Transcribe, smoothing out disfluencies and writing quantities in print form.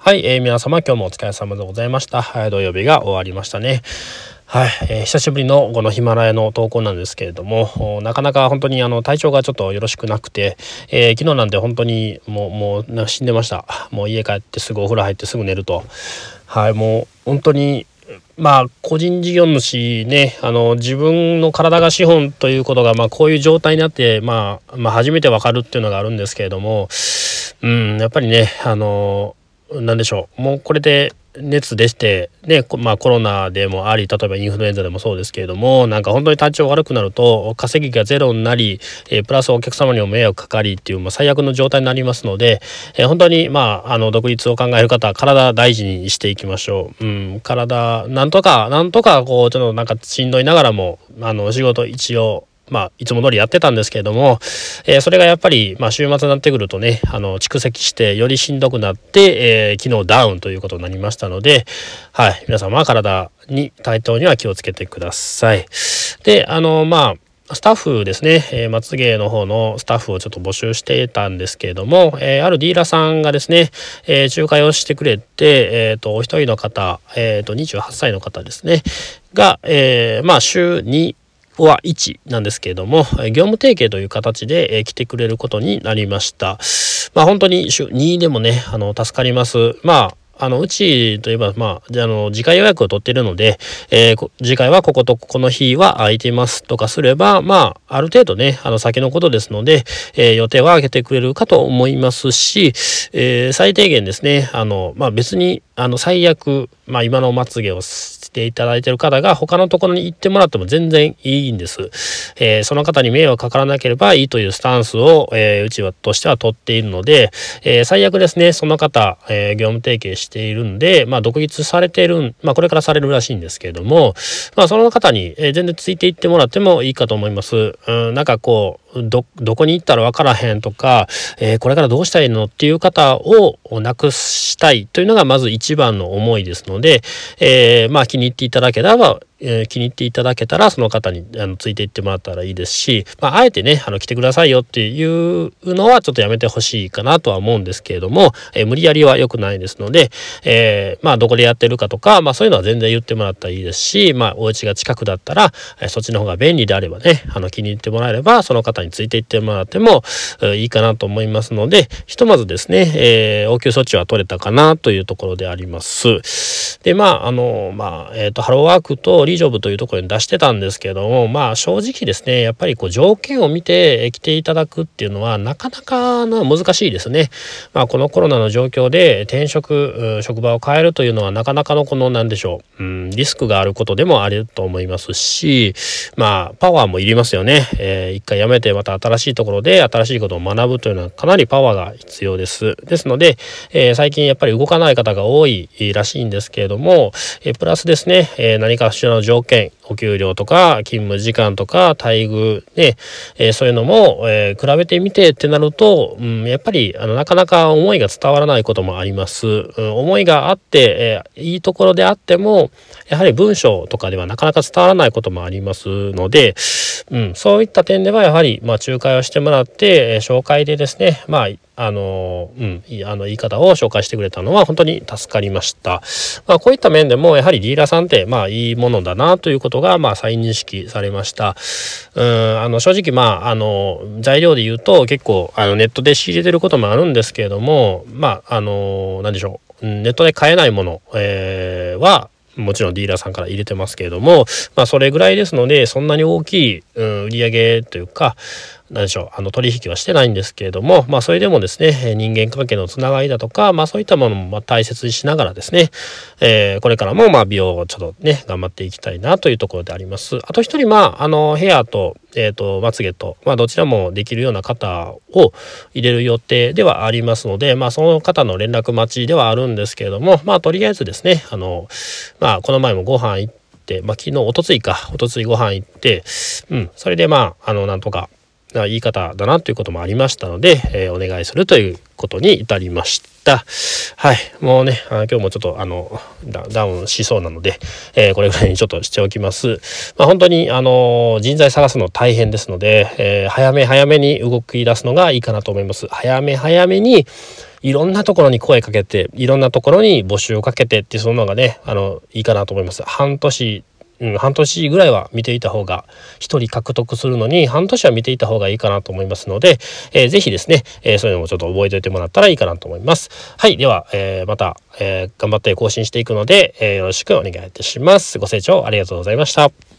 はい、皆様今日もお疲れ様でございました。土曜日が終わりましたね。はい、久しぶりのこのヒマラヤの投稿なんですけれども、なかなか本当に体調がちょっとよろしくなくて、昨日なんて本当にもう死んでました。もう家帰ってすぐお風呂入ってすぐ寝ると、はい、もう本当に個人事業主ね、自分の体が資本ということがこういう状態になって初めてわかるっていうのがあるんですけれども、やっぱりねなんでしょう、もうこれで熱出してね、コロナでもあり、例えばインフルエンザでもそうですけれども、なんか本当に体調悪くなると稼ぎがゼロになり、プラスお客様にも迷惑かかりっていう、最悪の状態になりますので、本当に独立を考える方は体大事にしていきましょう。体なんとかこうちょっとなんかしんどいながらも仕事一応いつも通りやってたんですけれども、それがやっぱり週末になってくるとね、蓄積してよりしんどくなって、昨日ダウンということになりましたので、はい、皆様は体に体調には気をつけてください。でスタッフですね、まつげの方のスタッフをちょっと募集していたんですけれども、あるディーラーさんがですね、仲介をしてくれて、お一人の方、28歳の方ですねが、週2は1なんですけれども、業務提携という形で、来てくれることになりました。本当に週2でもね助かります。うちといえば次回予約を取っているので、次回はこことここの日は空いていますとかすればある程度ね先のことですので、予定は空けてくれるかと思いますし、最低限ですね別に最悪今のまつげをしていただいている方が他のところに行ってもらっても全然いいんです。その方に迷惑かからなければいいというスタンスを、うちはとしては取っているので、最悪ですねその方、業務提携しているんで独立されているこれからされるらしいんですけれども、その方に、全然ついていってもらってもいいかと思います。なんかこうどこに行ったら分からへんとか、これからどうしたらいいのっていう方をなくしたいというのがまず一番の思いですので、気に入っていただけたらその方についていってもらったらいいですし、あえてね来てくださいよっていうのはちょっとやめてほしいかなとは思うんですけれども、無理やりは良くないですので、どこでやってるかとかそういうのは全然言ってもらったらいいですし、お家が近くだったら、そっちの方が便利であればね気に入ってもらえればその方についていってもらってもいいかなと思いますので、ひとまずですね、応急措置は取れたかなというところであります。でハローワークとリジョブというところに出してたんですけども、正直ですねやっぱり条件を見て来ていただくっていうのはなかなか難しいですね。このコロナの状況で転職職場を変えるというのはなかなかのなんでしょう、リスクがあることでもあると思いますし、パワーもいりますよね。一回辞めてまた新しいところで新しいことを学ぶというのはかなりパワーが必要です。ですので、最近やっぱり動かない方が多いらしいんですけれども、プラスですね、何かしらの条件、お給料とか勤務時間とか待遇ね、そういうのも、比べてみてってなると、やっぱりなかなか思いが伝わらないこともあります。思いがあって、いいところであってもやはり文章とかではなかなか伝わらないこともありますので、そういった点ではやはり仲介をしてもらって、紹介でですねいい方を紹介してくれたのは本当に助かりました。こういった面でもやはりディーラーさんっていいものだなということが再認識されました。正直材料で言うと結構ネットで仕入れてることもあるんですけれども何でしょう、ネットで買えないもの、はもちろんディーラーさんから入れてますけれども、それぐらいですのでそんなに大きい、売り上げというか何でしょう取引はしてないんですけれども、それでもですね人間関係のつながりだとかそういったものも大切にしながらですね、これからも美容をちょっとね頑張っていきたいなというところであります。あと一人ヘアとまつげとどちらもできるような方を入れる予定ではありますので、その方の連絡待ちではあるんですけれども、とりあえずですねこの前もご飯行って、昨日おとついご飯行って、それでなんとか言い方だなということもありましたので、お願いするということに至りました。はい、もうね今日もちょっとダウンしそうなので、これぐらいにちょっとしておきます。本当に人材探すの大変ですので、早め早めに動き出すのがいいかなと思います。早め早めにいろんなところに声かけて、いろんなところに募集をかけてっていう、そののがねいいかなと思います。半年ぐらいは見ていた方が、1人獲得するのに半年は見ていた方がいいかなと思いますので、ぜひですね、そういうのもちょっと覚えておいてもらったらいいかなと思います。はい、では、また、頑張って更新していくので、よろしくお願いいたします。ご清聴ありがとうございました。